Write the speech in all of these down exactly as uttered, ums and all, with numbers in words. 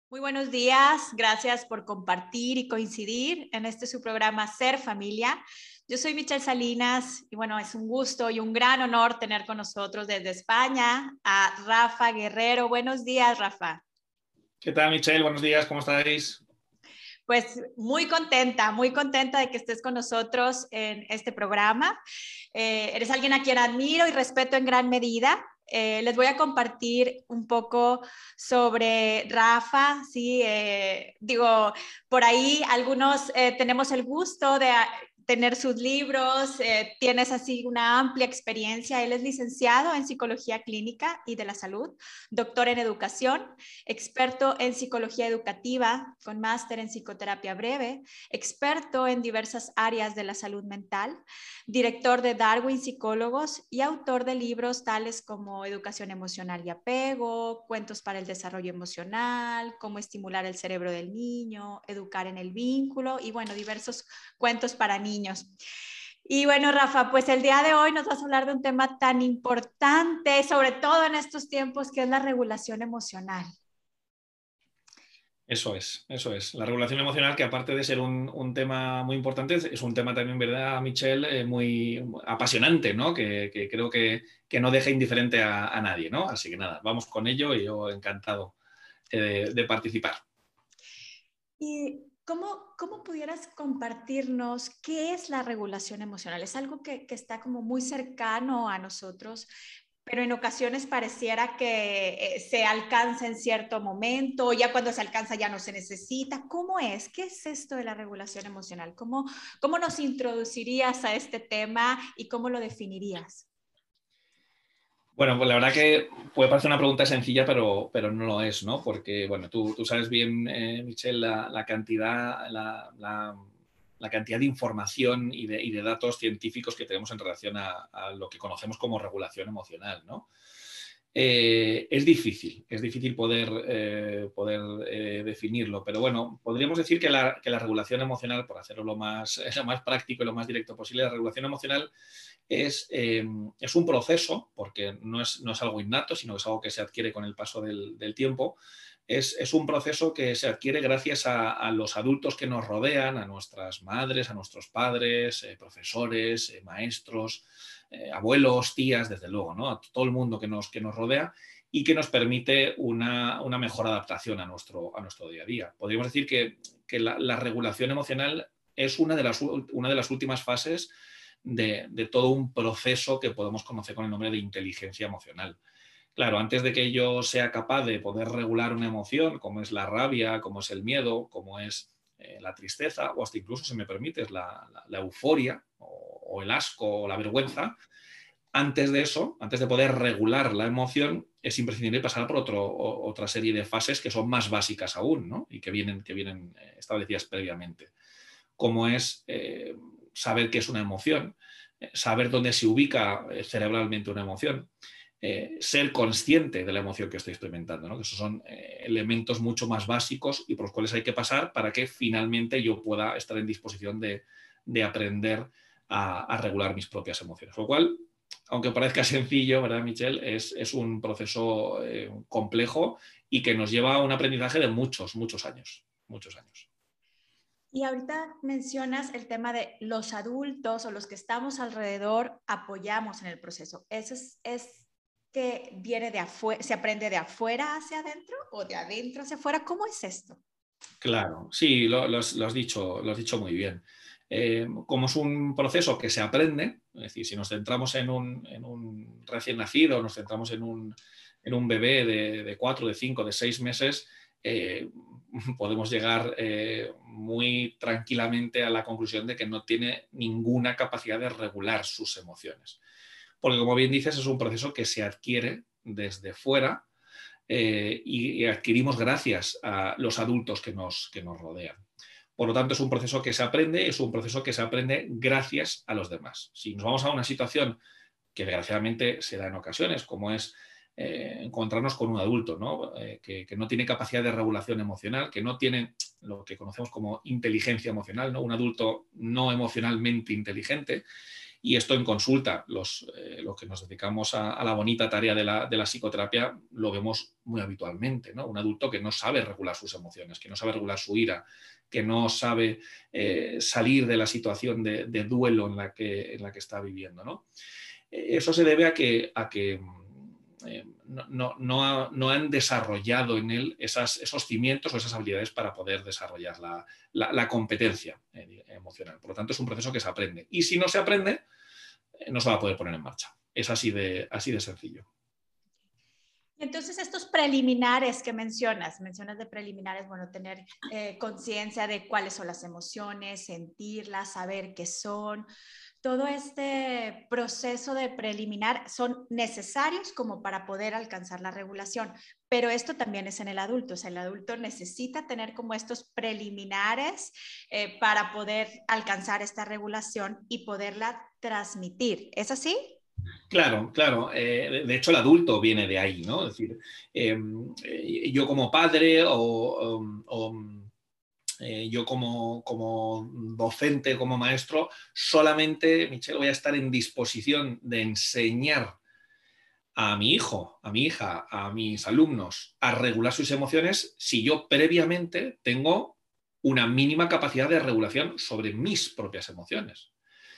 Muy buenos días, gracias por compartir y coincidir en este su programa Ser Familia. Yo soy Michelle Salinas y bueno, es un gusto y un gran honor tener con nosotros desde España a Rafa Guerrero. Buenos días, Rafa. ¿Qué tal, Michelle? Buenos días, ¿cómo estáis? Pues muy contenta, muy contenta de que estés con nosotros en este programa. Eh, eres alguien a quien admiro y respeto en gran medida. Eh, les voy a compartir un poco sobre Rafa, sí, eh, digo, por ahí algunos eh, tenemos el gusto de tener sus libros, eh, tienes así una amplia experiencia. Él es licenciado en Psicología Clínica y de la Salud, doctor en Educación, experto en Psicología Educativa, con máster en Psicoterapia Breve, experto en diversas áreas de la salud mental, director de Darwin Psicólogos y autor de libros tales como Educación Emocional y Apego, Cuentos para el Desarrollo Emocional, Cómo estimular el cerebro del niño, Educar en el vínculo y bueno, diversos cuentos para niños. Y bueno, Rafa, pues el día de hoy nos vas a hablar de un tema tan importante, sobre todo en estos tiempos, que es la regulación emocional. Eso es, eso es. La regulación emocional, que aparte de ser un, un tema muy importante, es un tema también, ¿verdad, Michelle? Eh, muy apasionante, ¿no? Que, que creo que, que, no deja indiferente a, a nadie, ¿no? Así que nada, vamos con ello y yo encantado eh, de participar. ¿Y cómo, cómo pudieras compartirnos qué es la regulación emocional? Es algo que, que está como muy cercano a nosotros, pero en ocasiones pareciera que eh, se alcanza en cierto momento, ya cuando se alcanza ya no se necesita. ¿Cómo es? ¿Qué es esto de la regulación emocional? ¿Cómo, cómo nos introducirías a este tema y cómo lo definirías? Bueno, pues la verdad que puede parecer una pregunta sencilla, pero, pero no lo es, ¿no? Porque, bueno, tú, tú sabes bien, eh, Michelle, la, la cantidad, la, la, la, cantidad de información y de, y de datos científicos que tenemos en relación a, a lo que conocemos como regulación emocional, ¿no? Eh, es difícil, es difícil poder, eh, poder eh, definirlo, pero bueno, podríamos decir que la, que la regulación emocional, por hacerlo lo más, lo más práctico y lo más directo posible, la regulación emocional es, eh, es un proceso, porque no es, no es algo innato, sino que es algo que se adquiere con el paso del, del tiempo. Es, es, un proceso que se adquiere gracias a, a, los adultos que nos rodean, a nuestras madres, a nuestros padres, eh, profesores, eh, maestros, eh, abuelos, tías, desde luego, ¿no? A todo el mundo que nos, que nos rodea y que nos permite una, una mejor adaptación a nuestro, a nuestro día a día. Podríamos decir que, que la, la regulación emocional es una de las, una de las últimas fases de, de todo un proceso que podemos conocer con el nombre de inteligencia emocional. Claro, antes de que yo sea capaz de poder regular una emoción, como es la rabia, como es el miedo, como es eh, la tristeza, o hasta incluso, si me permites, la, la, la euforia, o, o el asco, o la vergüenza, antes de eso, antes de poder regular la emoción, es imprescindible pasar por otro, otra serie de fases que son más básicas aún, ¿no? Y que vienen, que vienen establecidas previamente, como es eh, saber qué es una emoción, eh, saber dónde se ubica cerebralmente una emoción, eh, ser consciente de la emoción que estoy experimentando, ¿no? Que esos son eh, elementos mucho más básicos y por los cuales hay que pasar para que finalmente yo pueda estar en disposición de, de aprender a, a regular mis propias emociones. Lo cual, aunque parezca sencillo, ¿verdad, Michelle? Es, es un proceso eh, complejo y que nos lleva a un aprendizaje de muchos, muchos años, muchos años. Y ahorita mencionas el tema de los adultos o los que estamos alrededor apoyamos en el proceso. ¿Eso es, es que viene de afuera, se aprende de afuera hacia adentro o de adentro hacia afuera? ¿Cómo es esto? Claro, sí, lo, lo, has, lo, has, dicho, lo has dicho muy bien. Eh, como es un proceso que se aprende, es decir, si nos centramos en un, en un recién nacido, nos centramos en un, en un bebé de, de cuatro, de cinco, de seis meses, eh, podemos llegar eh, muy tranquilamente a la conclusión de que no tiene ninguna capacidad de regular sus emociones. Porque, como bien dices, es un proceso que se adquiere desde fuera, Eh, y, y adquirimos gracias a los adultos que nos, que nos rodean. Por lo tanto, es un proceso que se aprende, es un proceso que se aprende gracias a los demás. Si nos vamos a una situación que desgraciadamente se da en ocasiones, como es eh, encontrarnos con un adulto, ¿no? Eh, que, que no tiene capacidad de regulación emocional, que no tiene lo que conocemos como inteligencia emocional, ¿no? Un adulto no emocionalmente inteligente, Y esto en consulta, los, eh, los que nos dedicamos a, a la bonita tarea de la, de la psicoterapia, lo vemos muy habitualmente, ¿no? Un adulto que no sabe regular sus emociones, que no sabe regular su ira, que no sabe eh, salir de la situación de, de duelo en la que, en la que está viviendo, ¿no? Eso se debe a que, a que eh, no, no, no, ha, no han desarrollado en él esas, esos cimientos o esas habilidades para poder desarrollar la, la, la competencia emocional. Por lo tanto, es un proceso que se aprende. Y si no se aprende, no se va a poder poner en marcha. Es así de, así de sencillo. Entonces, estos preliminares que mencionas, mencionas de preliminares, bueno, tener eh, conciencia de cuáles son las emociones, sentirlas, saber qué son, todo este proceso de preliminar son necesarios como para poder alcanzar la regulación, pero esto también es en el adulto, o sea, el adulto necesita tener como estos preliminares eh, para poder alcanzar esta regulación y poderla transmitir. ¿Es así? Claro, claro. Eh, de hecho, el adulto viene de ahí, ¿no? Es decir, eh, yo como padre o, o, o eh, yo como, como docente, como maestro, solamente, Michelle, voy a estar en disposición de enseñar a mi hijo, a mi hija, a mis alumnos a regular sus emociones si yo previamente tengo una mínima capacidad de regulación sobre mis propias emociones.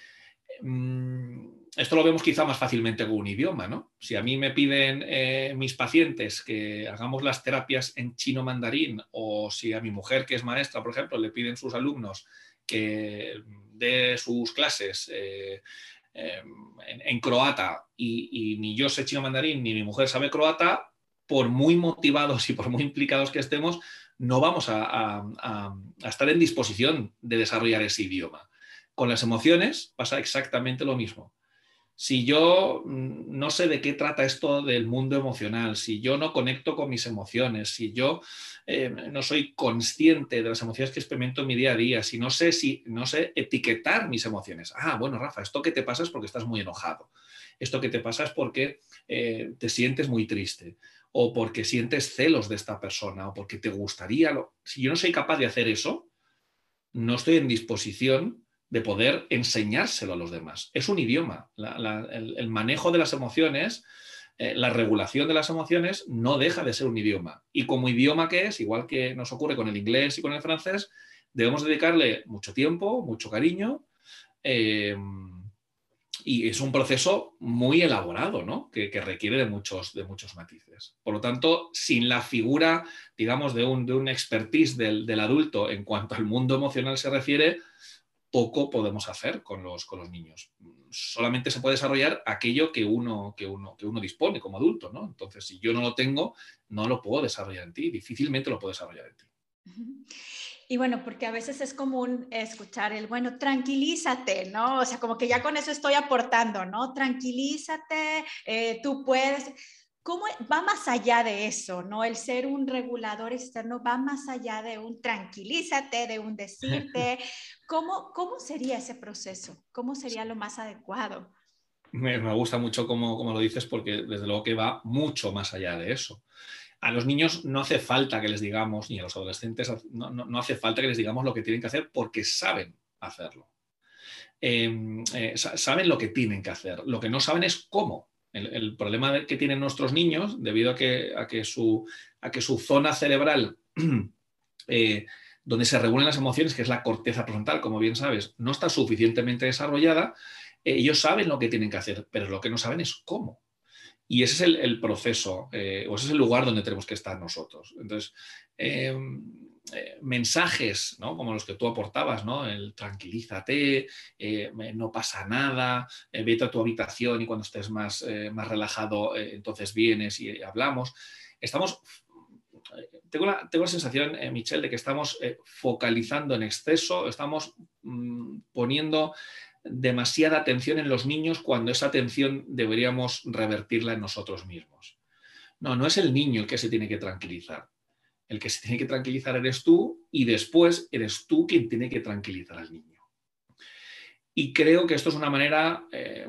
Esto lo vemos quizá más fácilmente con un idioma, ¿no? Si a mí me piden eh, mis pacientes que hagamos las terapias en chino mandarín, o si a mi mujer, que es maestra, por ejemplo, le piden sus alumnos que dé sus clases eh, eh, en, en croata y, y ni yo sé chino mandarín ni mi mujer sabe croata, por muy motivados y por muy implicados que estemos, no vamos a, a, a, a estar en disposición de desarrollar ese idioma. Con las emociones pasa exactamente lo mismo. Si yo no sé de qué trata esto del mundo emocional, si yo no conecto con mis emociones, si yo eh, no soy consciente de las emociones que experimento en mi día a día, si no sé, si no sé etiquetar mis emociones. Ah, bueno, Rafa, esto que te pasa es porque estás muy enojado. Esto que te pasa es porque eh, te sientes muy triste, o porque sientes celos de esta persona, o porque te gustaría... Lo... Si yo no soy capaz de hacer eso, no estoy en disposición de poder enseñárselo a los demás. Es un idioma. La, la, el, el manejo de las emociones, eh, la regulación de las emociones no deja de ser un idioma. Y como idioma que es, igual que nos ocurre con el inglés y con el francés, debemos dedicarle mucho tiempo, mucho cariño, eh, y es un proceso muy elaborado, ¿no? que, que requiere de muchos, de muchos matices. Por lo tanto, sin la figura, digamos, de un, de un expertise del, del adulto en cuanto al mundo emocional se refiere, poco podemos hacer con los, con los niños. Solamente se puede desarrollar aquello que uno, que, uno, que uno dispone como adulto, ¿no? Entonces, si yo no lo tengo, no lo puedo desarrollar en ti, difícilmente lo puedo desarrollar en ti. Y bueno, porque a veces es común escuchar el, bueno, tranquilízate, ¿no? O sea, como que ya con eso estoy aportando, ¿no? Tranquilízate, eh, tú puedes. ¿Cómo va más allá de eso, no? El ser un regulador externo va más allá de un tranquilízate, de un decirte. ¿Cómo, cómo sería ese proceso? ¿Cómo sería lo más adecuado? Me, me gusta mucho cómo, cómo lo dices, porque desde luego que va mucho más allá de eso. A los niños no hace falta que les digamos, ni a los adolescentes, no, no, no hace falta que les digamos lo que tienen que hacer porque saben hacerlo. Eh, eh, saben lo que tienen que hacer. Lo que no saben es cómo. El, el problema que tienen nuestros niños, debido a que, a que, su, a que su zona cerebral, eh, donde se regulan las emociones, que es la corteza prefrontal, como bien sabes, no está suficientemente desarrollada, eh, ellos saben lo que tienen que hacer, pero lo que no saben es cómo. Y ese es el, el proceso, eh, o ese es el lugar donde tenemos que estar nosotros. Entonces, eh, eh, mensajes, ¿no? Como los que tú aportabas, ¿no? El tranquilízate, eh, no pasa nada, eh, vete a tu habitación y cuando estés más, eh, más relajado, eh, entonces vienes y hablamos. Estamos... Tengo la, tengo la sensación, eh, Michelle, de que estamos eh, focalizando en exceso, estamos mmm, poniendo demasiada atención en los niños cuando esa atención deberíamos revertirla en nosotros mismos. No, no es el niño el que se tiene que tranquilizar. El que se tiene que tranquilizar eres tú y después eres tú quien tiene que tranquilizar al niño. Y creo que esto es una manera eh,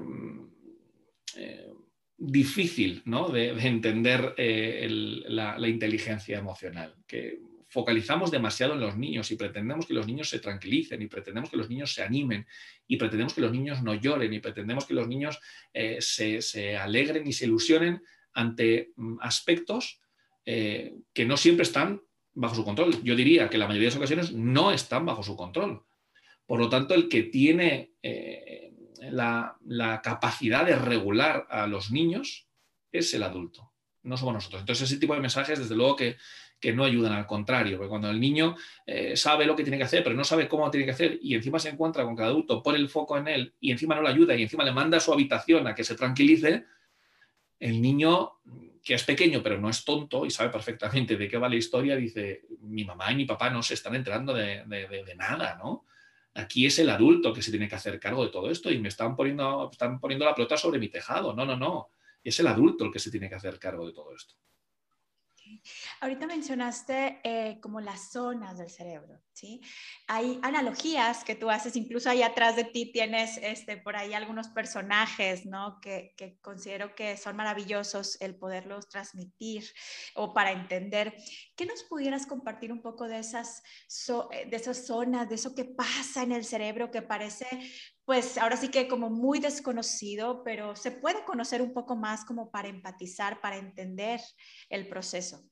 eh, difícil, ¿no? de, de entender eh, el, la, la inteligencia emocional, que focalizamos demasiado en los niños y pretendemos que los niños se tranquilicen y pretendemos que los niños se animen y pretendemos que los niños no lloren y pretendemos que los niños eh, se, se alegren y se ilusionen ante mm, aspectos eh, que no siempre están bajo su control. Yo diría que la mayoría de las ocasiones no están bajo su control. Por lo tanto, el que tiene eh, la, la capacidad de regular a los niños es el adulto, no somos nosotros. Entonces, ese tipo de mensajes, desde luego que, que no ayudan, al contrario, porque cuando el niño eh, sabe lo que tiene que hacer, pero no sabe cómo lo tiene que hacer, y encima se encuentra con que el adulto pone el foco en él, y encima no le ayuda, y encima le manda a su habitación a que se tranquilice, el niño, que es pequeño pero no es tonto y sabe perfectamente de qué va la historia, dice, mi mamá y mi papá no se están enterando de, de, de, de nada, ¿no? Aquí es el adulto que se tiene que hacer cargo de todo esto y me están poniendo, están poniendo la pelota sobre mi tejado. No, no, no. Es el adulto el que se tiene que hacer cargo de todo esto. Ahorita mencionaste eh, como las zonas del cerebro, ¿sí? Hay analogías que tú haces, incluso ahí atrás de ti tienes este, por ahí algunos personajes, ¿no? Que, que considero que son maravillosos el poderlos transmitir o para entender. ¿Qué nos pudieras compartir un poco de esas, so, de esas zonas, de eso que pasa en el cerebro que parece, pues ahora sí que como muy desconocido, pero se puede conocer un poco más como para empatizar, para entender el proceso?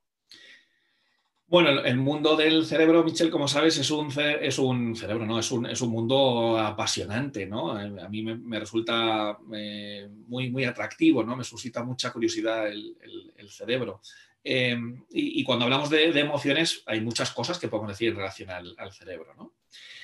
Bueno, el mundo del cerebro, Michelle, como sabes, es un, es un cerebro, ¿no? Es un, es un mundo apasionante, ¿no? A mí me, me resulta eh, muy, muy atractivo, ¿no? Me suscita mucha curiosidad el, el, el cerebro. Eh, y, y cuando hablamos de, de emociones, hay muchas cosas que podemos decir en relación al, al cerebro, ¿no?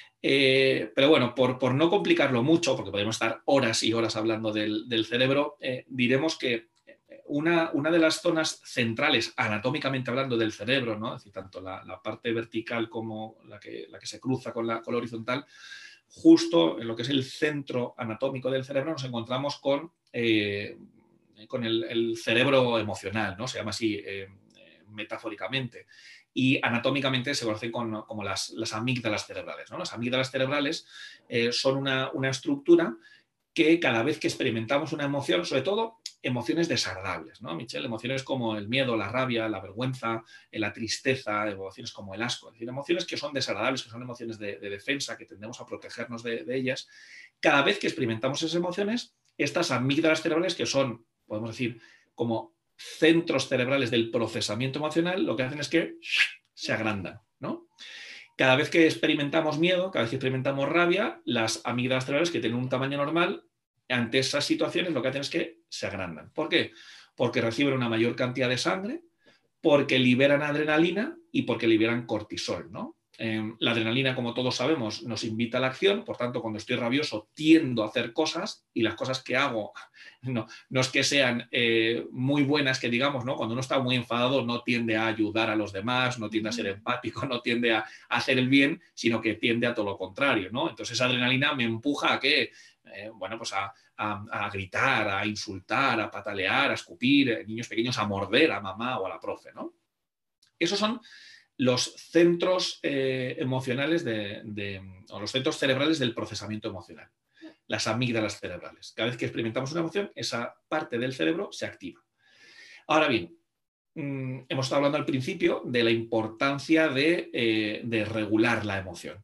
Eh, pero bueno, por, por no complicarlo mucho, porque podemos estar horas y horas hablando del, del cerebro, eh, diremos que Una, una de las zonas centrales, anatómicamente hablando, del cerebro, ¿no? Es decir, tanto la, la parte vertical como la que, la que se cruza con la, con la horizontal, justo en lo que es el centro anatómico del cerebro nos encontramos con, eh, con el, el cerebro emocional, ¿no? Se llama así eh, metafóricamente. Y anatómicamente se conocen con, como las, las amígdalas cerebrales, ¿no? Las amígdalas cerebrales eh, son una, una estructura que cada vez que experimentamos una emoción, sobre todo emociones desagradables, ¿no, Michelle? Emociones como el miedo, la rabia, la vergüenza, la tristeza, emociones como el asco, es decir, emociones que son desagradables, que son emociones de, de defensa, que tendemos a protegernos de, de ellas. Cada vez que experimentamos esas emociones, estas amígdalas cerebrales, que son, podemos decir, como centros cerebrales del procesamiento emocional, lo que hacen es que se agrandan, ¿no? Cada vez que experimentamos miedo, cada vez que experimentamos rabia, las amígdalas cerebrales que tienen un tamaño normal, ante esas situaciones lo que hacen es que se agrandan. ¿Por qué? Porque reciben una mayor cantidad de sangre, porque liberan adrenalina y porque liberan cortisol, ¿no? Eh, la adrenalina, como todos sabemos, nos invita a la acción, por tanto, cuando estoy rabioso tiendo a hacer cosas y las cosas que hago no, no es que sean eh, muy buenas, que digamos, ¿no? Cuando uno está muy enfadado no tiende a ayudar a los demás, no tiende a ser empático, no tiende a, a hacer el bien, sino que tiende a todo lo contrario, ¿no? Entonces esa adrenalina me empuja a que, eh, bueno, pues a, a, a gritar, a insultar, a patalear, a escupir, eh, niños pequeños a morder a mamá o a la profe, ¿no? Esos son los centros eh, emocionales de, de, o los centros cerebrales del procesamiento emocional, las amígdalas cerebrales. Cada vez que experimentamos una emoción, esa parte del cerebro se activa. Ahora bien, mmm, hemos estado hablando al principio de la importancia de, eh, de regular la emoción.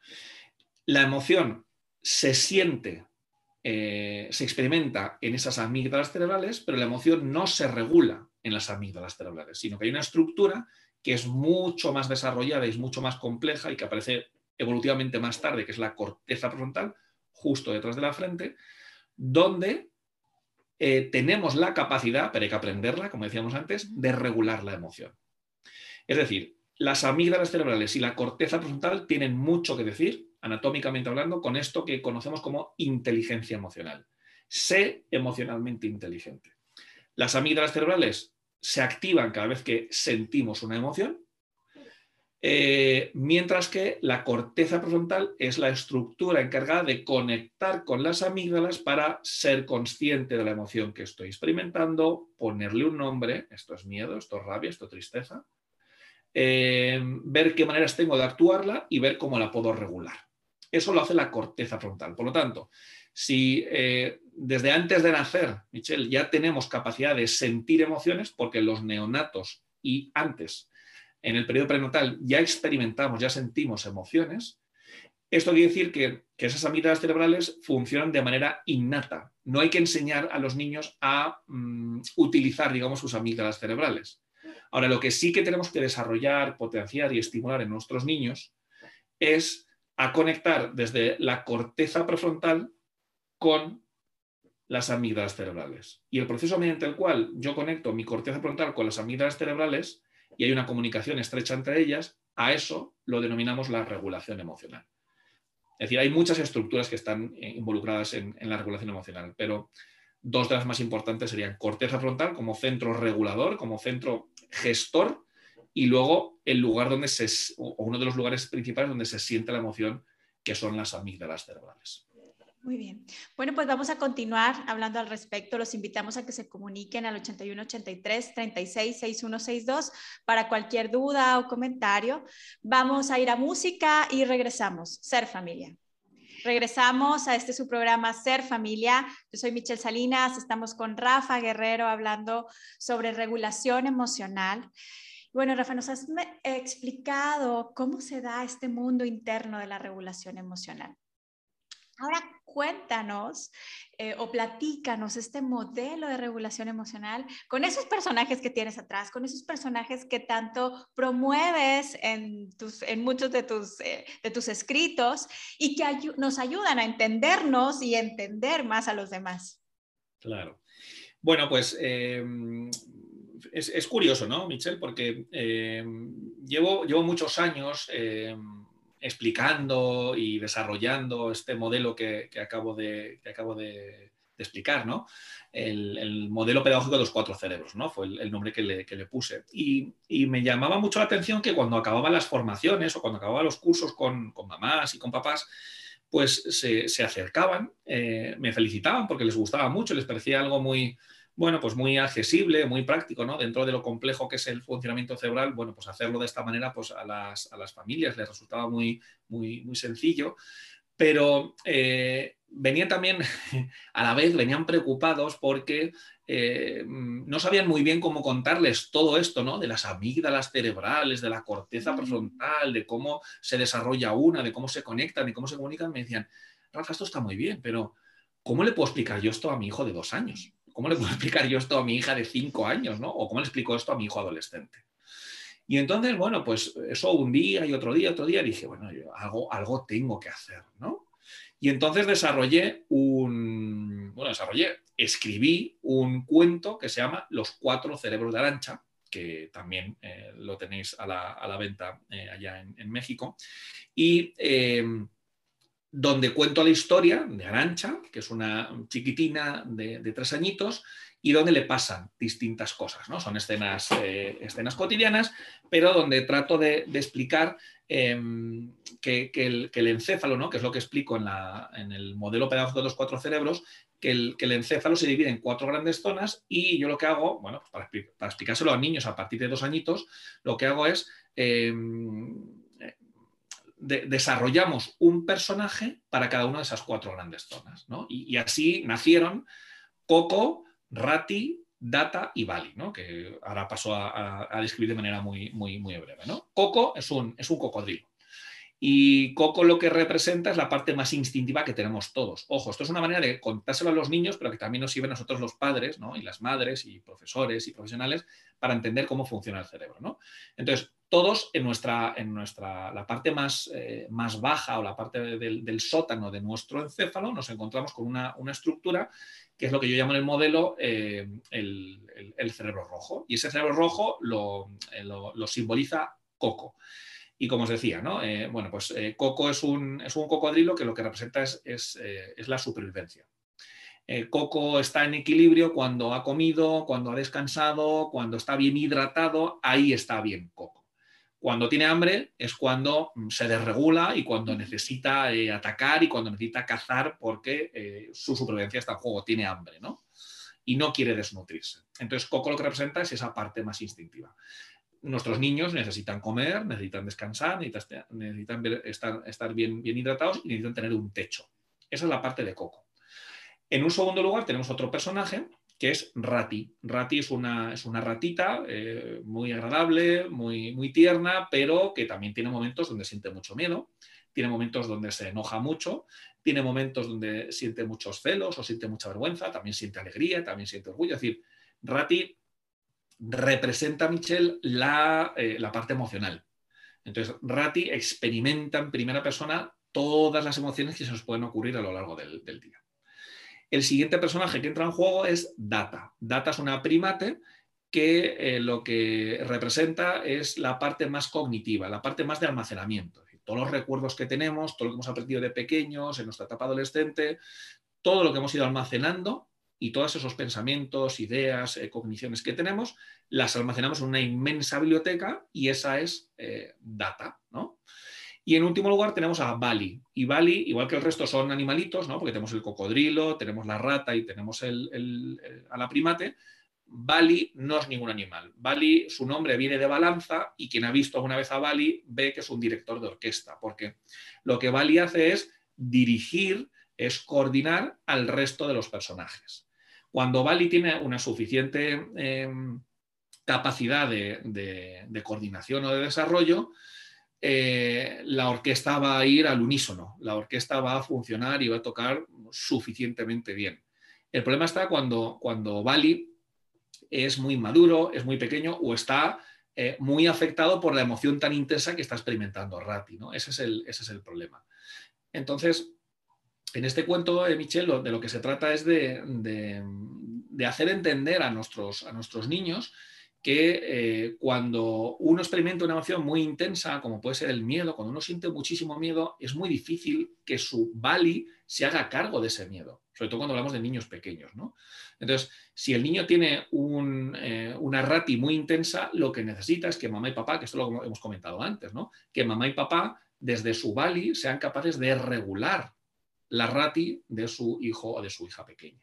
La emoción se siente, eh, se experimenta en esas amígdalas cerebrales, pero la emoción no se regula en las amígdalas cerebrales, sino que hay una estructura que es mucho más desarrollada y es mucho más compleja y que aparece evolutivamente más tarde, que es la corteza prefrontal, justo detrás de la frente, donde eh, tenemos la capacidad, pero hay que aprenderla, como decíamos antes, de regular la emoción. Es decir, las amígdalas cerebrales y la corteza prefrontal tienen mucho que decir, anatómicamente hablando, con esto que conocemos como inteligencia emocional. Sé emocionalmente inteligente. Las amígdalas cerebrales se activan cada vez que sentimos una emoción, eh, mientras que la corteza prefrontal es la estructura encargada de conectar con las amígdalas para ser consciente de la emoción que estoy experimentando, ponerle un nombre, esto es miedo, esto es rabia, esto es tristeza, eh, ver qué maneras tengo de actuarla y ver cómo la puedo regular. Eso lo hace la corteza frontal. Por lo tanto, si eh, desde antes de nacer, Michelle, ya tenemos capacidad de sentir emociones, porque los neonatos y antes en el periodo prenatal ya experimentamos, ya sentimos emociones, esto quiere decir que, que esas amígdalas cerebrales funcionan de manera innata. No hay que enseñar a los niños a mm, utilizar, digamos, sus amígdalas cerebrales. Ahora, lo que sí que tenemos que desarrollar, potenciar y estimular en nuestros niños es a conectar desde la corteza prefrontal con las amígdalas cerebrales. Y el proceso mediante el cual yo conecto mi corteza frontal con las amígdalas cerebrales y hay una comunicación estrecha entre ellas, a eso lo denominamos la regulación emocional. Es decir, hay muchas estructuras que están involucradas en, en la regulación emocional, pero dos de las más importantes serían corteza frontal como centro regulador, como centro gestor, y luego el lugar donde se, o uno de los lugares principales donde se siente la emoción, que son las amígdalas cerebrales. Muy bien. Bueno, pues vamos a continuar hablando al respecto. Los invitamos a que se comuniquen al ochenta y uno, ochenta y tres, treinta y seis, sesenta y uno sesenta y dos para cualquier duda o comentario. Vamos a ir a música y regresamos. Ser Familia. Regresamos a este su programa Ser Familia. Yo soy Michelle Salinas, estamos con Rafa Guerrero hablando sobre regulación emocional. Bueno, Rafa, nos has explicado cómo se da este mundo interno de la regulación emocional. Ahora cuéntanos eh, o platícanos este modelo de regulación emocional con esos personajes que tienes atrás, con esos personajes que tanto promueves en, tus, en muchos de tus, eh, de tus escritos y que ay nos ayudan a entendernos y entender más a los demás. Claro. Bueno, pues eh, es, es curioso, ¿no, Michelle? Porque eh, llevo, llevo muchos años eh, explicando y desarrollando este modelo que, que acabo de, que acabo de, de explicar, ¿no? El, el modelo pedagógico de los cuatro cerebros, ¿no? Fue el, el nombre que le, que le puse. Y, y me llamaba mucho la atención que cuando acababan las formaciones o cuando acababan los cursos con, con mamás y con papás, pues se, se acercaban, eh, me felicitaban porque les gustaba mucho, les parecía algo muy, bueno, pues muy accesible, muy práctico, ¿no? Dentro de lo complejo que es el funcionamiento cerebral, bueno, pues hacerlo de esta manera, pues a las, a las familias les resultaba muy, muy, muy sencillo, pero eh, venían también, a la vez, venían preocupados porque eh, no sabían muy bien cómo contarles todo esto, ¿no? De las amígdalas cerebrales, de la corteza prefrontal, de cómo se desarrolla una, de cómo se conectan, de cómo se comunican. Me decían, Rafa, esto está muy bien, pero ¿cómo le puedo explicar yo esto a mi hijo de dos años? ¿Cómo le puedo explicar yo esto a mi hija de cinco años, ¿no? O ¿cómo le explico esto a mi hijo adolescente? Y entonces, bueno, pues eso un día y otro día, otro día, dije, bueno, yo algo, algo tengo que hacer, ¿no? Y entonces desarrollé un, bueno, desarrollé, escribí un cuento que se llama Los cuatro cerebros de Arantxa, que también eh, lo tenéis a la, a la venta eh, allá en, en México, y eh, donde cuento la historia de Arantxa, que es una chiquitina de, de tres añitos, y donde le pasan distintas cosas, ¿no? Son escenas, eh, escenas cotidianas, pero donde trato de, de explicar eh, que, que, el, que el encéfalo, ¿no? Que es lo que explico en, la, en el modelo pedagógico de los cuatro cerebros, que el, que el encéfalo se divide en cuatro grandes zonas y yo lo que hago, bueno, pues para, para explicárselo a niños a partir de dos añitos, lo que hago es... Eh, De, desarrollamos un personaje para cada una de esas cuatro grandes zonas, ¿no? Y, y así nacieron Coco, Rati, Data y Bali, ¿no? Que ahora paso a, a, a describir de manera muy, muy, muy breve, ¿no? Coco es un, es un cocodrilo. Y Coco lo que representa es la parte más instintiva que tenemos todos. Ojo, esto es una manera de contárselo a los niños, pero que también nos sirve a nosotros los padres, ¿no? Y las madres y profesores y profesionales para entender cómo funciona el cerebro, ¿no? Entonces, todos en nuestra, en nuestra la parte más, eh, más baja o la parte del, del sótano de nuestro encéfalo nos encontramos con una, una estructura que es lo que yo llamo en el modelo eh, el, el, el cerebro rojo. Y ese cerebro rojo lo, eh, lo, lo simboliza Coco. Y como os decía, ¿no? Eh, bueno, pues eh, Coco es un, es un cocodrilo que lo que representa es, es, eh, es la supervivencia. Eh, Coco está en equilibrio cuando ha comido, cuando ha descansado, cuando está bien hidratado, ahí está bien Coco. Cuando tiene hambre es cuando se desregula y cuando necesita eh, atacar y cuando necesita cazar porque eh, su supervivencia está en juego, tiene hambre, ¿no? Y no quiere desnutrirse. Entonces Coco lo que representa es esa parte más instintiva. Nuestros niños necesitan comer, necesitan descansar, necesitan, necesitan ver, estar, estar bien, bien hidratados y necesitan tener un techo. Esa es la parte de Coco. En un segundo lugar tenemos otro personaje que es Rati. Rati es una, es una ratita eh, muy agradable, muy, muy tierna, pero que también tiene momentos donde siente mucho miedo, tiene momentos donde se enoja mucho, tiene momentos donde siente muchos celos o siente mucha vergüenza, también siente alegría, también siente orgullo. Es decir, Rati representa a Michelle la, eh, la parte emocional. Entonces, Rati experimenta en primera persona todas las emociones que se nos pueden ocurrir a lo largo del, del día. El siguiente personaje que entra en juego es Data. Data es una primate que eh, lo que representa es la parte más cognitiva, la parte más de almacenamiento. Es decir, todos los recuerdos que tenemos, todo lo que hemos aprendido de pequeños, en nuestra etapa adolescente, todo lo que hemos ido almacenando y todos esos pensamientos, ideas, eh, cogniciones que tenemos, las almacenamos en una inmensa biblioteca y esa es eh, Data, ¿no? Y en último lugar tenemos a Bali. Y Bali, igual que el resto, son animalitos, ¿no? Porque tenemos el cocodrilo, tenemos la rata y tenemos el, el, el, a la primate. Bali no es ningún animal. Bali, su nombre viene de balanza y quien ha visto alguna vez a Bali ve que es un director de orquesta, porque lo que Bali hace es dirigir, es coordinar al resto de los personajes. Cuando Bali tiene una suficiente eh, capacidad de, de, de coordinación o de desarrollo, Eh, la orquesta va a ir al unísono, la orquesta va a funcionar y va a tocar suficientemente bien. El problema está cuando, cuando Bali es muy maduro, es muy pequeño o está eh, muy afectado por la emoción tan intensa que está experimentando Rati, ¿no? Ese es el, ese es el problema. Entonces, en este cuento, eh, Michelle, de lo que se trata es de, de, de hacer entender a nuestros, a nuestros niños que eh, cuando uno experimenta una emoción muy intensa, como puede ser el miedo, cuando uno siente muchísimo miedo, es muy difícil que su Bali se haga cargo de ese miedo, sobre todo cuando hablamos de niños pequeños, ¿no? Entonces, si el niño tiene un, eh, una Rati muy intensa, lo que necesita es que mamá y papá, que esto lo hemos comentado antes, ¿no? Que mamá y papá, desde su Bali, sean capaces de regular la Rati de su hijo o de su hija pequeña.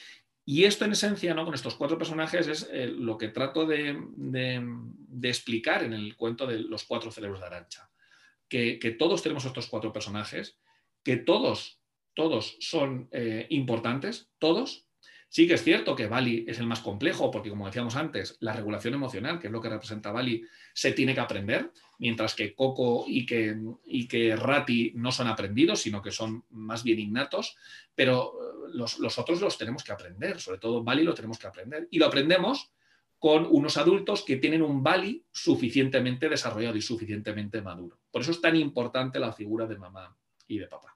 Y esto en esencia, ¿no? Con estos cuatro personajes es eh, lo que trato de, de, de, explicar en el cuento de los cuatro cerebros de Arantxa. Que, que todos tenemos estos cuatro personajes, que todos, todos son eh, importantes, todos. Sí que es cierto que Bali es el más complejo, porque como decíamos antes, la regulación emocional, que es lo que representa Bali, se tiene que aprender, mientras que Coco y que, y que Rati no son aprendidos, sino que son más bien innatos, pero los, los otros los tenemos que aprender, sobre todo Bali lo tenemos que aprender. Y lo aprendemos con unos adultos que tienen un Bali suficientemente desarrollado y suficientemente maduro. Por eso es tan importante la figura de mamá y de papá.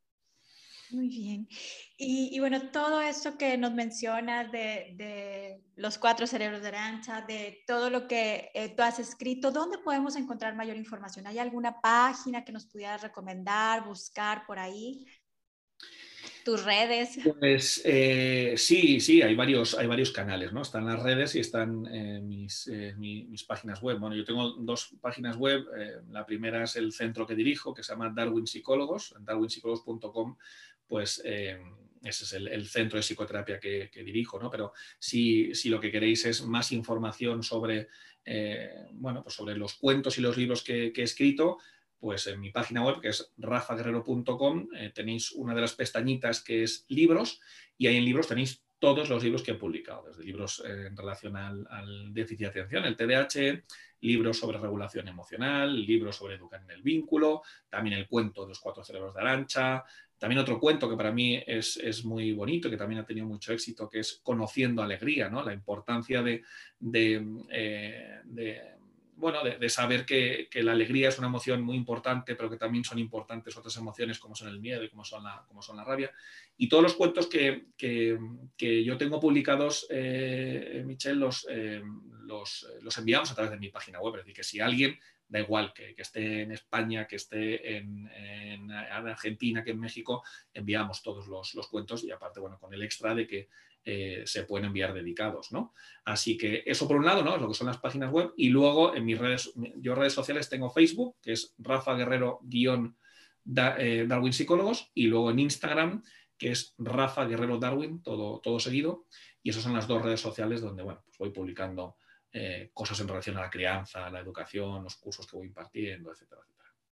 Muy bien. Y, y bueno, todo esto que nos mencionas de, de los cuatro cerebros de Arantxa, de todo lo que eh, tú has escrito, ¿dónde podemos encontrar mayor información? ¿Hay alguna página que nos pudieras recomendar, buscar por ahí? ¿Tus redes? Pues eh, sí, sí, hay varios, hay varios canales, ¿no? Están las redes y están eh, mis, eh, mi, mis páginas web. Bueno, yo tengo dos páginas web. Eh, la primera es el centro que dirijo, que se llama Darwin Psicólogos. En darwin psicólogos punto com, pues eh, ese es el, el centro de psicoterapia que, que dirijo, ¿no? Pero si, si lo que queréis es más información sobre, eh, bueno, pues sobre los cuentos y los libros que, que he escrito, pues en mi página web, que es rafa guerrero punto com, eh, tenéis una de las pestañitas que es libros, y ahí en libros tenéis todos los libros que he publicado, desde libros eh, en relación al, al déficit de atención, el T D A H, libros sobre regulación emocional, libros sobre educar en el vínculo, también el cuento de los cuatro cerebros de Arantxa, también otro cuento que para mí es, es muy bonito, que también ha tenido mucho éxito, que es Conociendo Alegría, ¿no? La importancia de, de, eh, de bueno, de, de saber que, que la alegría es una emoción muy importante, pero que también son importantes otras emociones como son el miedo y como son la, como son la rabia. Y todos los cuentos que, que, que yo tengo publicados, eh, Michelle, los, eh, los, los enviamos a través de mi página web. Es decir, que si alguien, da igual que, que esté en España, que esté en, en, en Argentina, que en México, enviamos todos los, los cuentos y aparte, bueno, con el extra de que Eh, se pueden enviar dedicados, ¿no? Así que eso por un lado, ¿no? Es lo que son las páginas web, y luego en mis redes, yo redes sociales tengo Facebook, que es Rafa Guerrero guión Darwin Psicólogos, y luego en Instagram, que es Rafa Guerrero Darwin, todo, todo seguido, y esas son las dos redes sociales donde, bueno, pues voy publicando eh, cosas en relación a la crianza, a la educación, los cursos que voy impartiendo, etcétera, etcétera.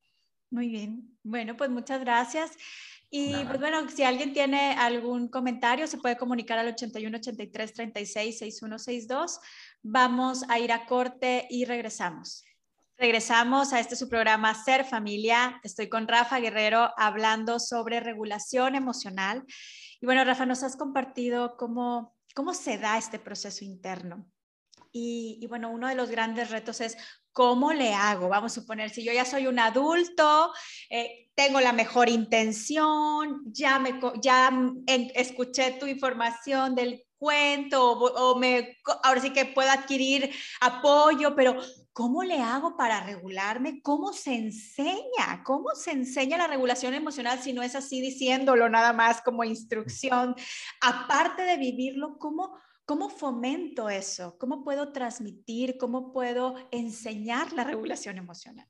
Muy bien. Bueno, pues muchas gracias. Y Nada. pues bueno, si alguien tiene algún comentario, se puede comunicar al ochenta y uno, ochenta y tres, treinta y seis, sesenta y uno sesenta y dos. Vamos a ir a corte y regresamos. Regresamos a este su programa Ser Familia. Estoy con Rafa Guerrero hablando sobre regulación emocional. Y bueno, Rafa, nos has compartido cómo, cómo se da este proceso interno. Y, y bueno, uno de los grandes retos es ¿cómo le hago? Vamos a suponer, si yo ya soy un adulto, eh, tengo la mejor intención, ya, me, ya en, escuché tu información del cuento o, o me, ahora sí que puedo adquirir apoyo, pero ¿cómo le hago para regularme? ¿Cómo se enseña? ¿Cómo se enseña la regulación emocional si no es así diciéndolo nada más como instrucción? Aparte de vivirlo, ¿cómo... ¿Cómo fomento eso? ¿Cómo puedo transmitir? ¿Cómo puedo enseñar la regulación emocional?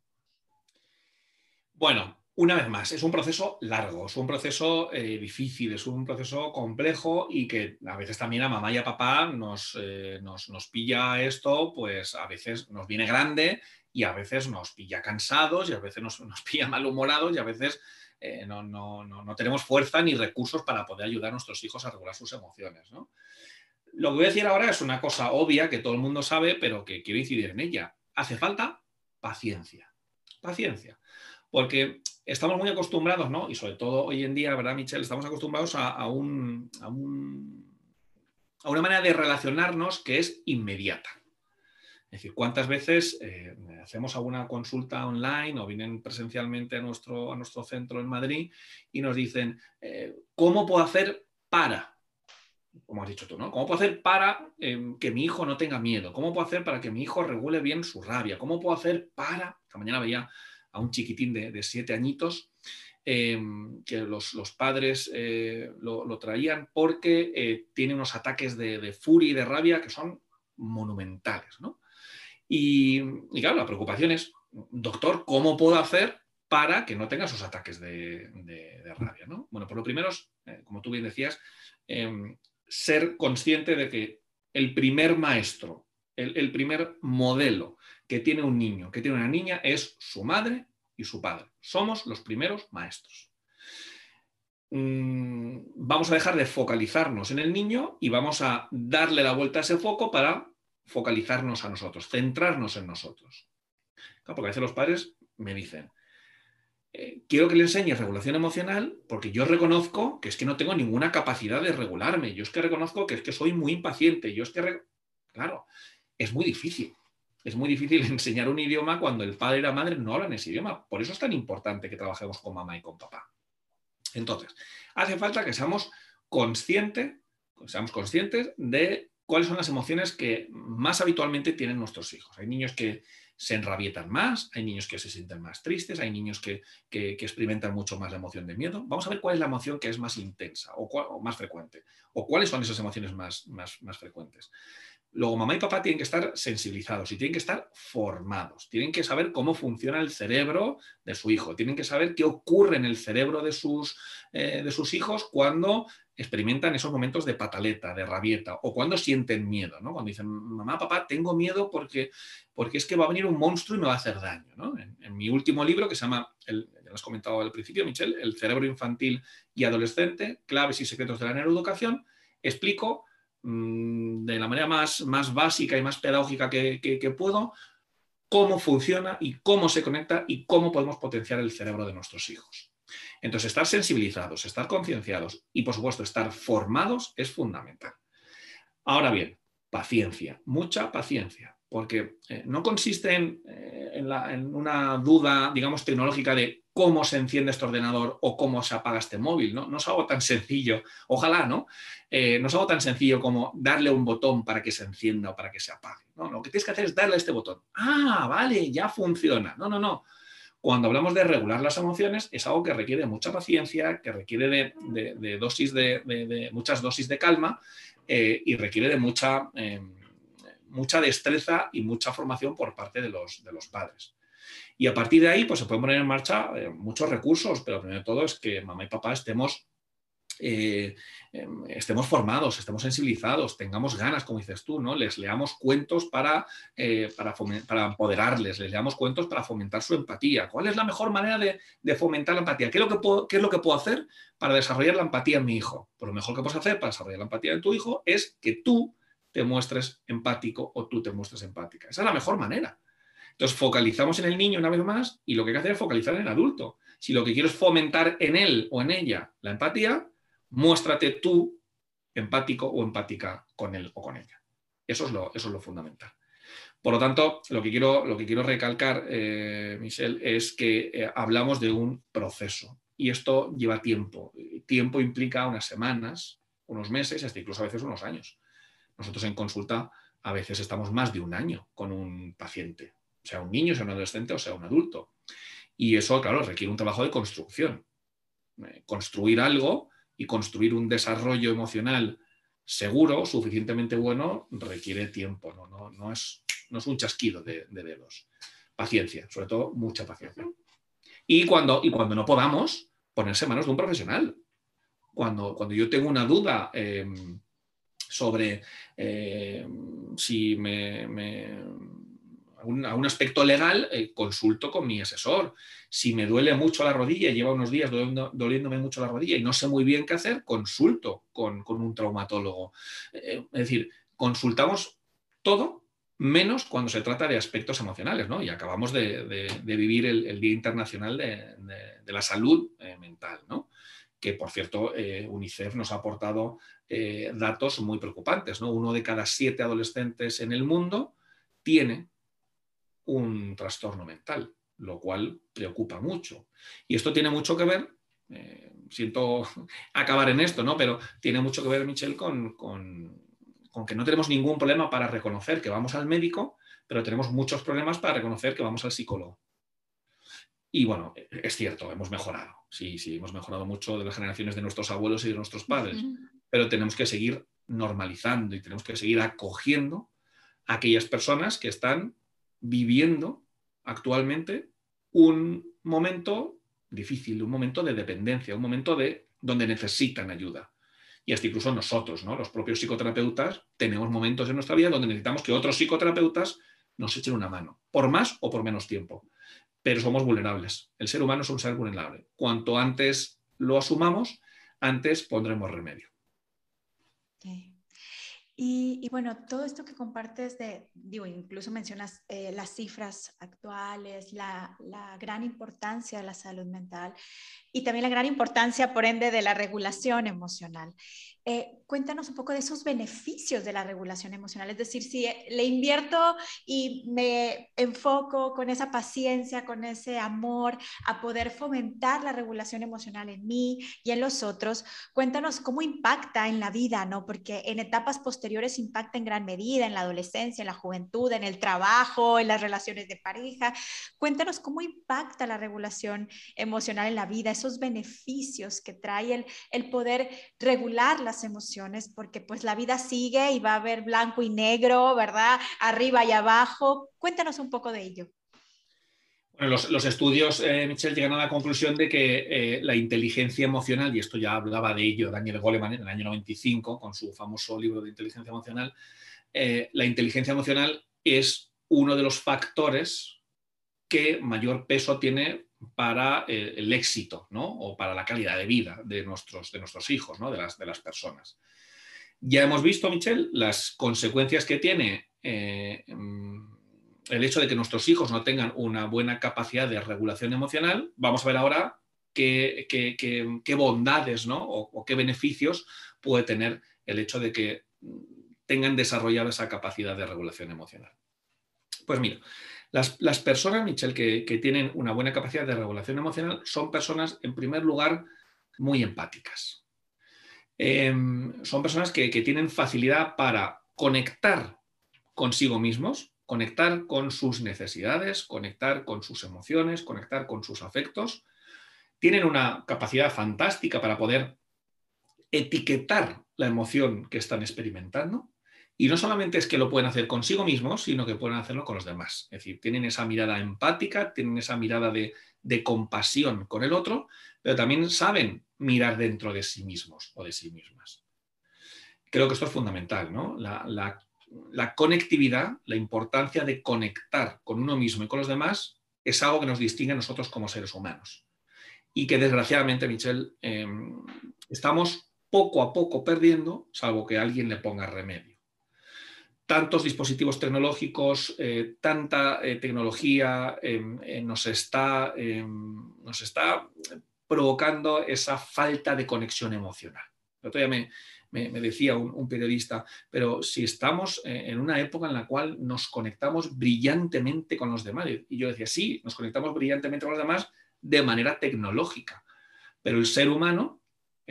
Bueno, una vez más, es un proceso largo, es un proceso eh, difícil, es un proceso complejo y que a veces también a mamá y a papá nos, eh, nos, nos pilla esto, pues a veces nos viene grande y a veces nos pilla cansados y a veces nos, nos pilla malhumorados y a veces eh, no, no, no, no tenemos fuerza ni recursos para poder ayudar a nuestros hijos a regular sus emociones, ¿no? Lo que voy a decir ahora es una cosa obvia que todo el mundo sabe, pero que quiero incidir en ella. Hace falta paciencia. Paciencia. Porque estamos muy acostumbrados, ¿no? Y sobre todo hoy en día, ¿verdad, Michelle? Estamos acostumbrados a, a, un, a, un, a una manera de relacionarnos que es inmediata. Es decir, ¿cuántas veces eh, hacemos alguna consulta online o vienen presencialmente a nuestro, a nuestro centro en Madrid y nos dicen, eh, ¿cómo puedo hacer para? Como has dicho tú, ¿no? ¿Cómo puedo hacer para eh, que mi hijo no tenga miedo? ¿Cómo puedo hacer para que mi hijo regule bien su rabia? ¿Cómo puedo hacer para...? Esta mañana veía a un chiquitín de, de siete añitos eh, que los, los padres eh, lo, lo traían porque eh, tiene unos ataques de, de furia y de rabia que son monumentales, ¿no? Y, y claro, la preocupación es, doctor, ¿cómo puedo hacer para que no tenga esos ataques de, de, de rabia, ¿no? Bueno, por lo primero, eh, como tú bien decías, eh, ser consciente de que el primer maestro, el, el primer modelo que tiene un niño, que tiene una niña, es su madre y su padre. Somos los primeros maestros. Mm, vamos a dejar de focalizarnos en el niño y vamos a darle la vuelta a ese foco para focalizarnos a nosotros, centrarnos en nosotros. Claro, porque a veces los padres me dicen, Eh, quiero que le enseñes regulación emocional porque yo reconozco que es que no tengo ninguna capacidad de regularme, yo es que reconozco que es que soy muy impaciente, yo es que, re... claro, es muy difícil, es muy difícil enseñar un idioma cuando el padre y la madre no hablan ese idioma, por eso es tan importante que trabajemos con mamá y con papá. Entonces, hace falta que seamos conscientes, seamos conscientes de cuáles son las emociones que más habitualmente tienen nuestros hijos. Hay niños que se enrabietan más, hay niños que se sienten más tristes, hay niños que, que, que experimentan mucho más la emoción de miedo. Vamos a ver cuál es la emoción que es más intensa o, cuál, o más frecuente, o cuáles son esas emociones más, más, más frecuentes. Luego, mamá y papá tienen que estar sensibilizados y tienen que estar formados. Tienen que saber cómo funciona el cerebro de su hijo. Tienen que saber qué ocurre en el cerebro de sus, eh, de sus hijos cuando experimentan esos momentos de pataleta, de rabieta, o cuando sienten miedo, ¿no? Cuando dicen, mamá, papá, tengo miedo porque, porque es que va a venir un monstruo y me va a hacer daño, ¿no? En, en mi último libro, que se llama, el, ya lo has comentado al principio, Michelle, El cerebro infantil y adolescente, claves y secretos de la neuroeducación, explico de la manera más, más básica y más pedagógica que, que, que puedo, cómo funciona y cómo se conecta y cómo podemos potenciar el cerebro de nuestros hijos. Entonces, estar sensibilizados, estar concienciados y, por supuesto, estar formados es fundamental. Ahora bien, paciencia, mucha paciencia, porque eh, no consiste en, eh, en, la, en una duda, digamos, tecnológica de cómo se enciende este ordenador o cómo se apaga este móvil, ¿no? No es algo tan sencillo, ojalá, ¿no? Eh, no es algo tan sencillo como darle un botón para que se encienda o para que se apague, ¿no? Lo que tienes que hacer es darle a este botón. Ah, vale, ya funciona. No, no, no. Cuando hablamos de regular las emociones, es algo que requiere mucha paciencia, que requiere de, de, de, dosis de, de, de muchas dosis de calma eh, y requiere de mucha, eh, mucha destreza y mucha formación por parte de los, de los padres. Y a partir de ahí, pues se pueden poner en marcha eh, muchos recursos, pero primero de todo es que mamá y papá estemos eh, eh, estemos formados, estemos sensibilizados, tengamos ganas, como dices tú, ¿no? Les leamos cuentos para, eh, para, para empoderarles, les leamos cuentos para fomentar su empatía. ¿Cuál es la mejor manera de, de fomentar la empatía? ¿Qué es, lo que puedo, ¿Qué es lo que puedo hacer para desarrollar la empatía en mi hijo? Pues lo mejor que puedes hacer para desarrollar la empatía en tu hijo es que tú te muestres empático o tú te muestres empática. Esa es la mejor manera. Entonces focalizamos en el niño una vez más y lo que hay que hacer es focalizar en el adulto. Si lo que quiero es fomentar en él o en ella la empatía, muéstrate tú empático o empática con él o con ella. Eso es lo, eso es lo fundamental. Por lo tanto, lo que quiero, lo que quiero recalcar, eh, Michelle, es que eh, hablamos de un proceso y esto lleva tiempo. Tiempo implica unas semanas, unos meses, hasta incluso a veces unos años. Nosotros en consulta a veces estamos más de un año con un paciente, sea un niño, sea un adolescente o sea un adulto. Y eso, claro, requiere un trabajo de construcción. Eh, construir algo y construir un desarrollo emocional seguro, suficientemente bueno, requiere tiempo, no, no, no, es, no es un chasquido de, de dedos. Paciencia, sobre todo mucha paciencia. Y cuando, y cuando no podamos, ponerse en manos de un profesional. Cuando, cuando yo tengo una duda eh, sobre eh, si me... me a un, a un aspecto legal, eh, consulto con mi asesor. Si me duele mucho la rodilla, lleva unos días doliendo, doliéndome mucho la rodilla y no sé muy bien qué hacer, consulto con, con un traumatólogo. Eh, es decir, consultamos todo menos cuando se trata de aspectos emocionales, ¿no? Y acabamos de, de, de vivir el, el Día Internacional de, de, de la Salud eh, Mental, ¿no? Que, por cierto, eh, UNICEF nos ha aportado eh, datos muy preocupantes, ¿no? Uno de cada siete adolescentes en el mundo tiene un trastorno mental, lo cual preocupa mucho. Y esto tiene mucho que ver, eh, siento acabar en esto, ¿no? Pero tiene mucho que ver, Michelle, con, con, con que no tenemos ningún problema para reconocer que vamos al médico, pero tenemos muchos problemas para reconocer que vamos al psicólogo. Y bueno, es cierto, hemos mejorado. Sí, sí, hemos mejorado mucho de las generaciones de nuestros abuelos y de nuestros padres, uh-huh. Pero tenemos que seguir normalizando y tenemos que seguir acogiendo a aquellas personas que están viviendo actualmente un momento difícil, un momento de dependencia, un momento de donde necesitan ayuda. Y hasta incluso nosotros, ¿no? Los propios psicoterapeutas, tenemos momentos en nuestra vida donde necesitamos que otros psicoterapeutas nos echen una mano, por más o por menos tiempo. Pero somos vulnerables. El ser humano es un ser vulnerable. Cuanto antes lo asumamos, antes pondremos remedio. Okay. Y, y bueno, todo esto que compartes de, digo, incluso mencionas eh, las cifras actuales, la, la gran importancia de la salud mental y también la gran importancia, por ende, de la regulación emocional. Eh, cuéntanos un poco de esos beneficios de la regulación emocional, es decir, si le invierto y me enfoco con esa paciencia, con ese amor a poder fomentar la regulación emocional en mí y en los otros, cuéntanos cómo impacta en la vida, ¿no? Porque en etapas posteriores impacta en gran medida, en la adolescencia, en la juventud, en el trabajo, en las relaciones de pareja. Cuéntanos cómo impacta la regulación emocional en la vida, esos beneficios que trae el, el poder regular las emociones, porque pues la vida sigue y va a haber blanco y negro, ¿verdad? Arriba y abajo. Cuéntanos un poco de ello. Bueno, los, los estudios, eh, Michelle, llegan a la conclusión de que eh, la inteligencia emocional, y esto ya hablaba de ello Daniel Goleman en el año noventa y cinco, con su famoso libro de inteligencia emocional, eh, la inteligencia emocional es uno de los factores que mayor peso tiene para eh, el éxito, ¿no? O para la calidad de vida de nuestros, de nuestros hijos, ¿no? de, las, de las personas. Ya hemos visto, Michelle, las consecuencias que tiene eh, el hecho de que nuestros hijos no tengan una buena capacidad de regulación emocional. Vamos a ver ahora qué, qué, qué, qué bondades, ¿no? o, o qué beneficios puede tener el hecho de que tengan desarrollada esa capacidad de regulación emocional. Pues mira, Las, las personas, Michelle, que, que tienen una buena capacidad de regulación emocional son personas, en primer lugar, muy empáticas. Eh, son personas que, que tienen facilidad para conectar consigo mismos, conectar con sus necesidades, conectar con sus emociones, conectar con sus afectos. Tienen una capacidad fantástica para poder etiquetar la emoción que están experimentando. Y no solamente es que lo pueden hacer consigo mismos, sino que pueden hacerlo con los demás. Es decir, tienen esa mirada empática, tienen esa mirada de, de compasión con el otro, pero también saben mirar dentro de sí mismos o de sí mismas. Creo que esto es fundamental, ¿no? La, la, la conectividad, la importancia de conectar con uno mismo y con los demás es algo que nos distingue a nosotros como seres humanos. Y que desgraciadamente, Michelle, eh, estamos poco a poco perdiendo, salvo que alguien le ponga remedio. Tantos dispositivos tecnológicos, eh, tanta eh, tecnología eh, eh, nos, está, eh, nos está provocando esa falta de conexión emocional. El otro día me, me, me decía un, un periodista, pero si estamos eh, en una época en la cual nos conectamos brillantemente con los demás. Y yo decía, sí, nos conectamos brillantemente con los demás de manera tecnológica, pero el ser humano,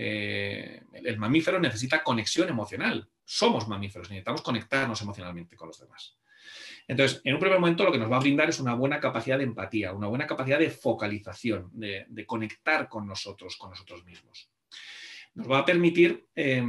eh, el mamífero necesita conexión emocional. Somos mamíferos, necesitamos conectarnos emocionalmente con los demás. Entonces, en un primer momento lo que nos va a brindar es una buena capacidad de empatía, una buena capacidad de focalización, de, de conectar con nosotros, con nosotros mismos. Nos va a permitir eh,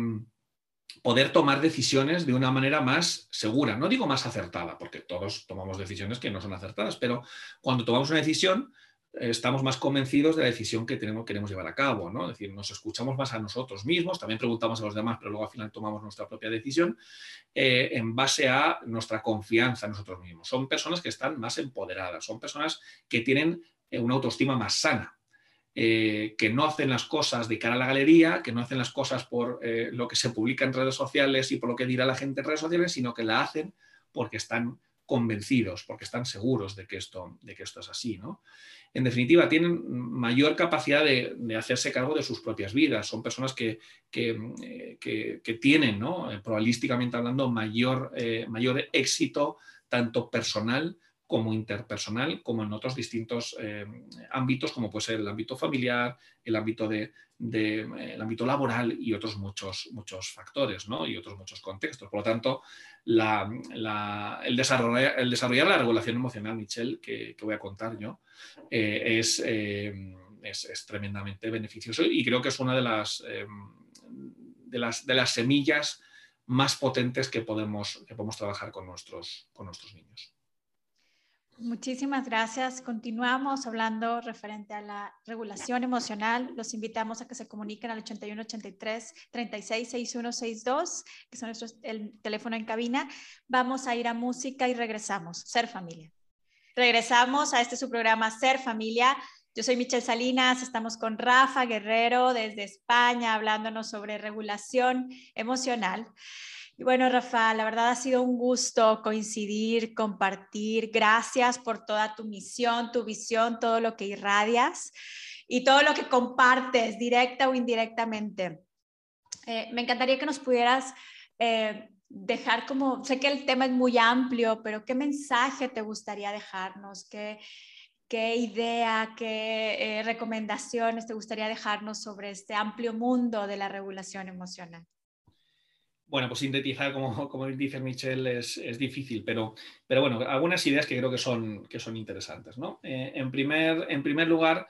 poder tomar decisiones de una manera más segura. No digo más acertada, porque todos tomamos decisiones que no son acertadas, pero cuando tomamos una decisión estamos más convencidos de la decisión que tenemos, queremos llevar a cabo, ¿no? Es decir, nos escuchamos más a nosotros mismos, también preguntamos a los demás, pero luego al final tomamos nuestra propia decisión eh, en base a nuestra confianza en nosotros mismos. Son personas que están más empoderadas, son personas que tienen eh, una autoestima más sana, eh, que no hacen las cosas de cara a la galería, que no hacen las cosas por eh, lo que se publica en redes sociales y por lo que dirá la gente en redes sociales, sino que la hacen porque están convencidos, porque están seguros de que esto, de que esto es así, ¿no? En definitiva, tienen mayor capacidad de, de hacerse cargo de sus propias vidas. Son personas que, que, eh, que, que tienen, ¿no? probabilísticamente hablando, mayor, eh, mayor éxito, tanto personal como interpersonal, como en otros distintos eh, ámbitos, como puede ser el ámbito familiar, el ámbito, de, de, eh, el ámbito laboral y otros muchos, muchos factores, ¿no? Y otros muchos contextos. Por lo tanto, la, la, el, desarrollar, el desarrollar la regulación emocional, Michelle, que, que voy a contar yo, eh, es, eh, es, es tremendamente beneficioso y creo que es una de las, eh, de las, de las semillas más potentes que podemos, que podemos trabajar con nuestros, con nuestros niños. Muchísimas gracias. Continuamos hablando referente a la regulación emocional. Los invitamos a que se comuniquen al ochenta y uno, ochenta y tres, treinta y seis, sesenta y uno, sesenta y dos, que son nuestros, el teléfono en cabina. Vamos a ir a música y regresamos. Ser Familia. Regresamos a este su programa Ser Familia. Yo soy Michelle Salinas, estamos con Rafa Guerrero desde España hablándonos sobre regulación emocional. Y bueno, Rafa, la verdad ha sido un gusto coincidir, compartir. Gracias por toda tu misión, tu visión, todo lo que irradias y todo lo que compartes, directa o indirectamente. Eh, me encantaría que nos pudieras eh, dejar como, sé que el tema es muy amplio, pero ¿qué mensaje te gustaría dejarnos? ¿Qué, qué idea, qué eh, recomendaciones te gustaría dejarnos sobre este amplio mundo de la regulación emocional? Bueno, pues sintetizar, como, como dice Michelle, es, es difícil, pero, pero bueno, algunas ideas que creo que son, que son interesantes, ¿no? Eh, en, primer, en primer lugar,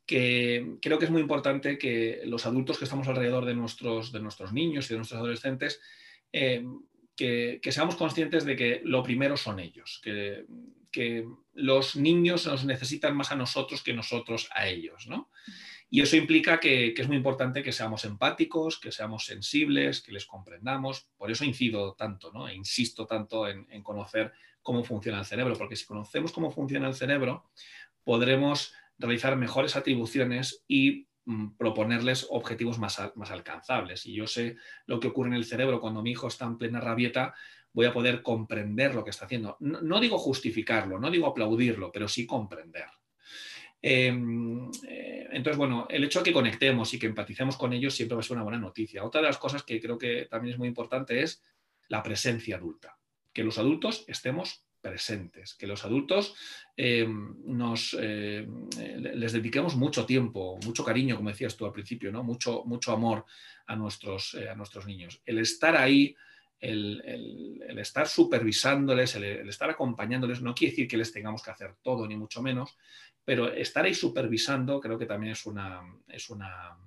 que creo que es muy importante que los adultos que estamos alrededor de nuestros, de nuestros niños y de nuestros adolescentes, eh, que, que seamos conscientes de que lo primero son ellos, que, que los niños nos necesitan más a nosotros que nosotros a ellos, ¿no? Y eso implica que, que es muy importante que seamos empáticos, que seamos sensibles, que les comprendamos. Por eso incido tanto, ¿no? E insisto tanto en, en conocer cómo funciona el cerebro, porque si conocemos cómo funciona el cerebro, podremos realizar mejores atribuciones y mm, proponerles objetivos más, más alcanzables. Si yo sé lo que ocurre en el cerebro cuando mi hijo está en plena rabieta, voy a poder comprender lo que está haciendo. No, no digo justificarlo, no digo aplaudirlo, pero sí comprender. Eh, eh, entonces, bueno, el hecho de que conectemos y que empaticemos con ellos siempre va a ser una buena noticia. Otra de las cosas que creo que también es muy importante es la presencia adulta. Que los adultos estemos presentes, que los adultos eh, nos, eh, les dediquemos mucho tiempo, mucho cariño, como decías tú al principio, ¿no? mucho, mucho amor a nuestros, eh, a nuestros niños. El estar ahí, el, el, el estar supervisándoles, el, el estar acompañándoles, no quiere decir que les tengamos que hacer todo, ni mucho menos, pero estar ahí supervisando creo que también es una, es una,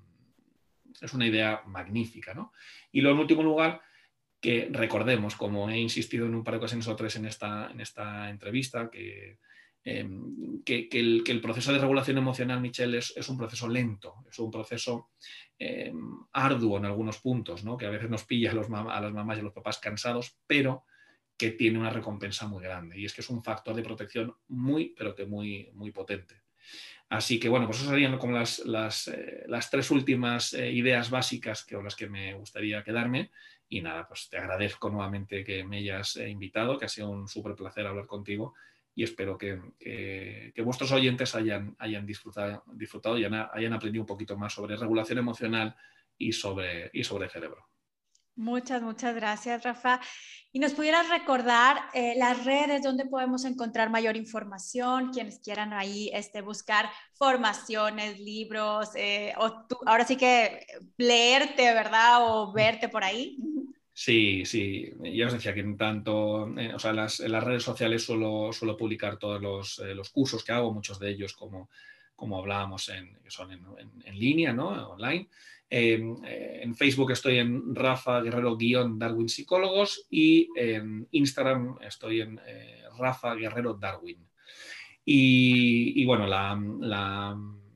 es una idea magnífica, ¿no? Y luego, en último lugar, que recordemos, como he insistido en un par de ocasiones o tres en esta, en esta entrevista, que eh, que, que, el, que el proceso de regulación emocional, Michelle, es, es un proceso lento, es un proceso eh, arduo en algunos puntos, ¿no? Que a veces nos pilla a, los a las mamás y a los papás cansados, pero que tiene una recompensa muy grande, y es que es un factor de protección muy, pero que muy, muy potente. Así que, bueno, pues esas serían como las, las, eh, las tres últimas eh, ideas básicas que, con las que me gustaría quedarme. Y nada, pues te agradezco nuevamente que me hayas eh, invitado, que ha sido un súper placer hablar contigo, y espero que, que, que vuestros oyentes hayan, hayan disfrutado, disfrutado y hayan, hayan aprendido un poquito más sobre regulación emocional y sobre, y sobre cerebro. Muchas, muchas gracias, Rafa. Y nos pudieras recordar eh, las redes donde podemos encontrar mayor información, quienes quieran ahí este, buscar formaciones, libros, eh, o tú, ahora sí que leerte, ¿verdad? O verte por ahí. Sí, sí, ya os decía que en tanto, eh, o sea, en las, en las redes sociales suelo, suelo publicar todos los, eh, los cursos que hago, muchos de ellos como, como hablábamos, en, que son en, en, en línea, ¿no? Online. Eh, eh, en Facebook estoy en Rafa Guerrero-Darwin Psicólogos, y en Instagram estoy en eh, Rafa Guerrero Darwin. Y, y bueno, la, la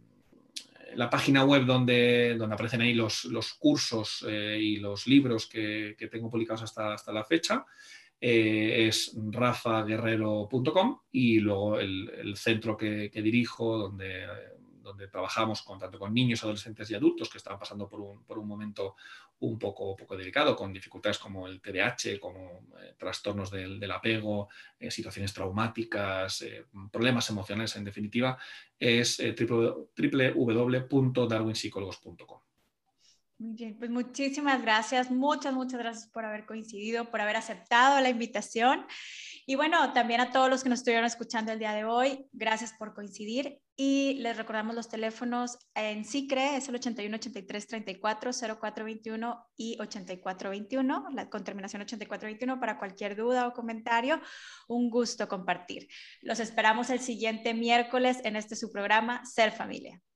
la página web donde, donde aparecen ahí los, los cursos eh, y los libros que, que tengo publicados hasta, hasta la fecha eh, es rafa guerrero punto com, y luego el, el centro que, que dirijo, donde, donde trabajamos con, tanto con niños, adolescentes y adultos que están pasando por un, por un momento un poco, poco delicado, con dificultades como el T D A H, como eh, trastornos del, del apego, eh, situaciones traumáticas, eh, problemas emocionales, en definitiva, es eh, w w w punto darwin psicólogos punto com. Muy bien, pues muchísimas gracias, muchas, muchas gracias por haber coincidido, por haber aceptado la invitación. Y bueno, también a todos los que nos estuvieron escuchando el día de hoy, gracias por coincidir. Y les recordamos los teléfonos en SICRE, es el ochenta y uno, ochenta y tres, treinta y cuatro, cero cuatro veintiuno y ochenta y cuatro veintiuno, la, con terminación ochenta y cuatro veintiuno, para cualquier duda o comentario. Un gusto compartir. Los esperamos el siguiente miércoles en este su programa, Ser Familia.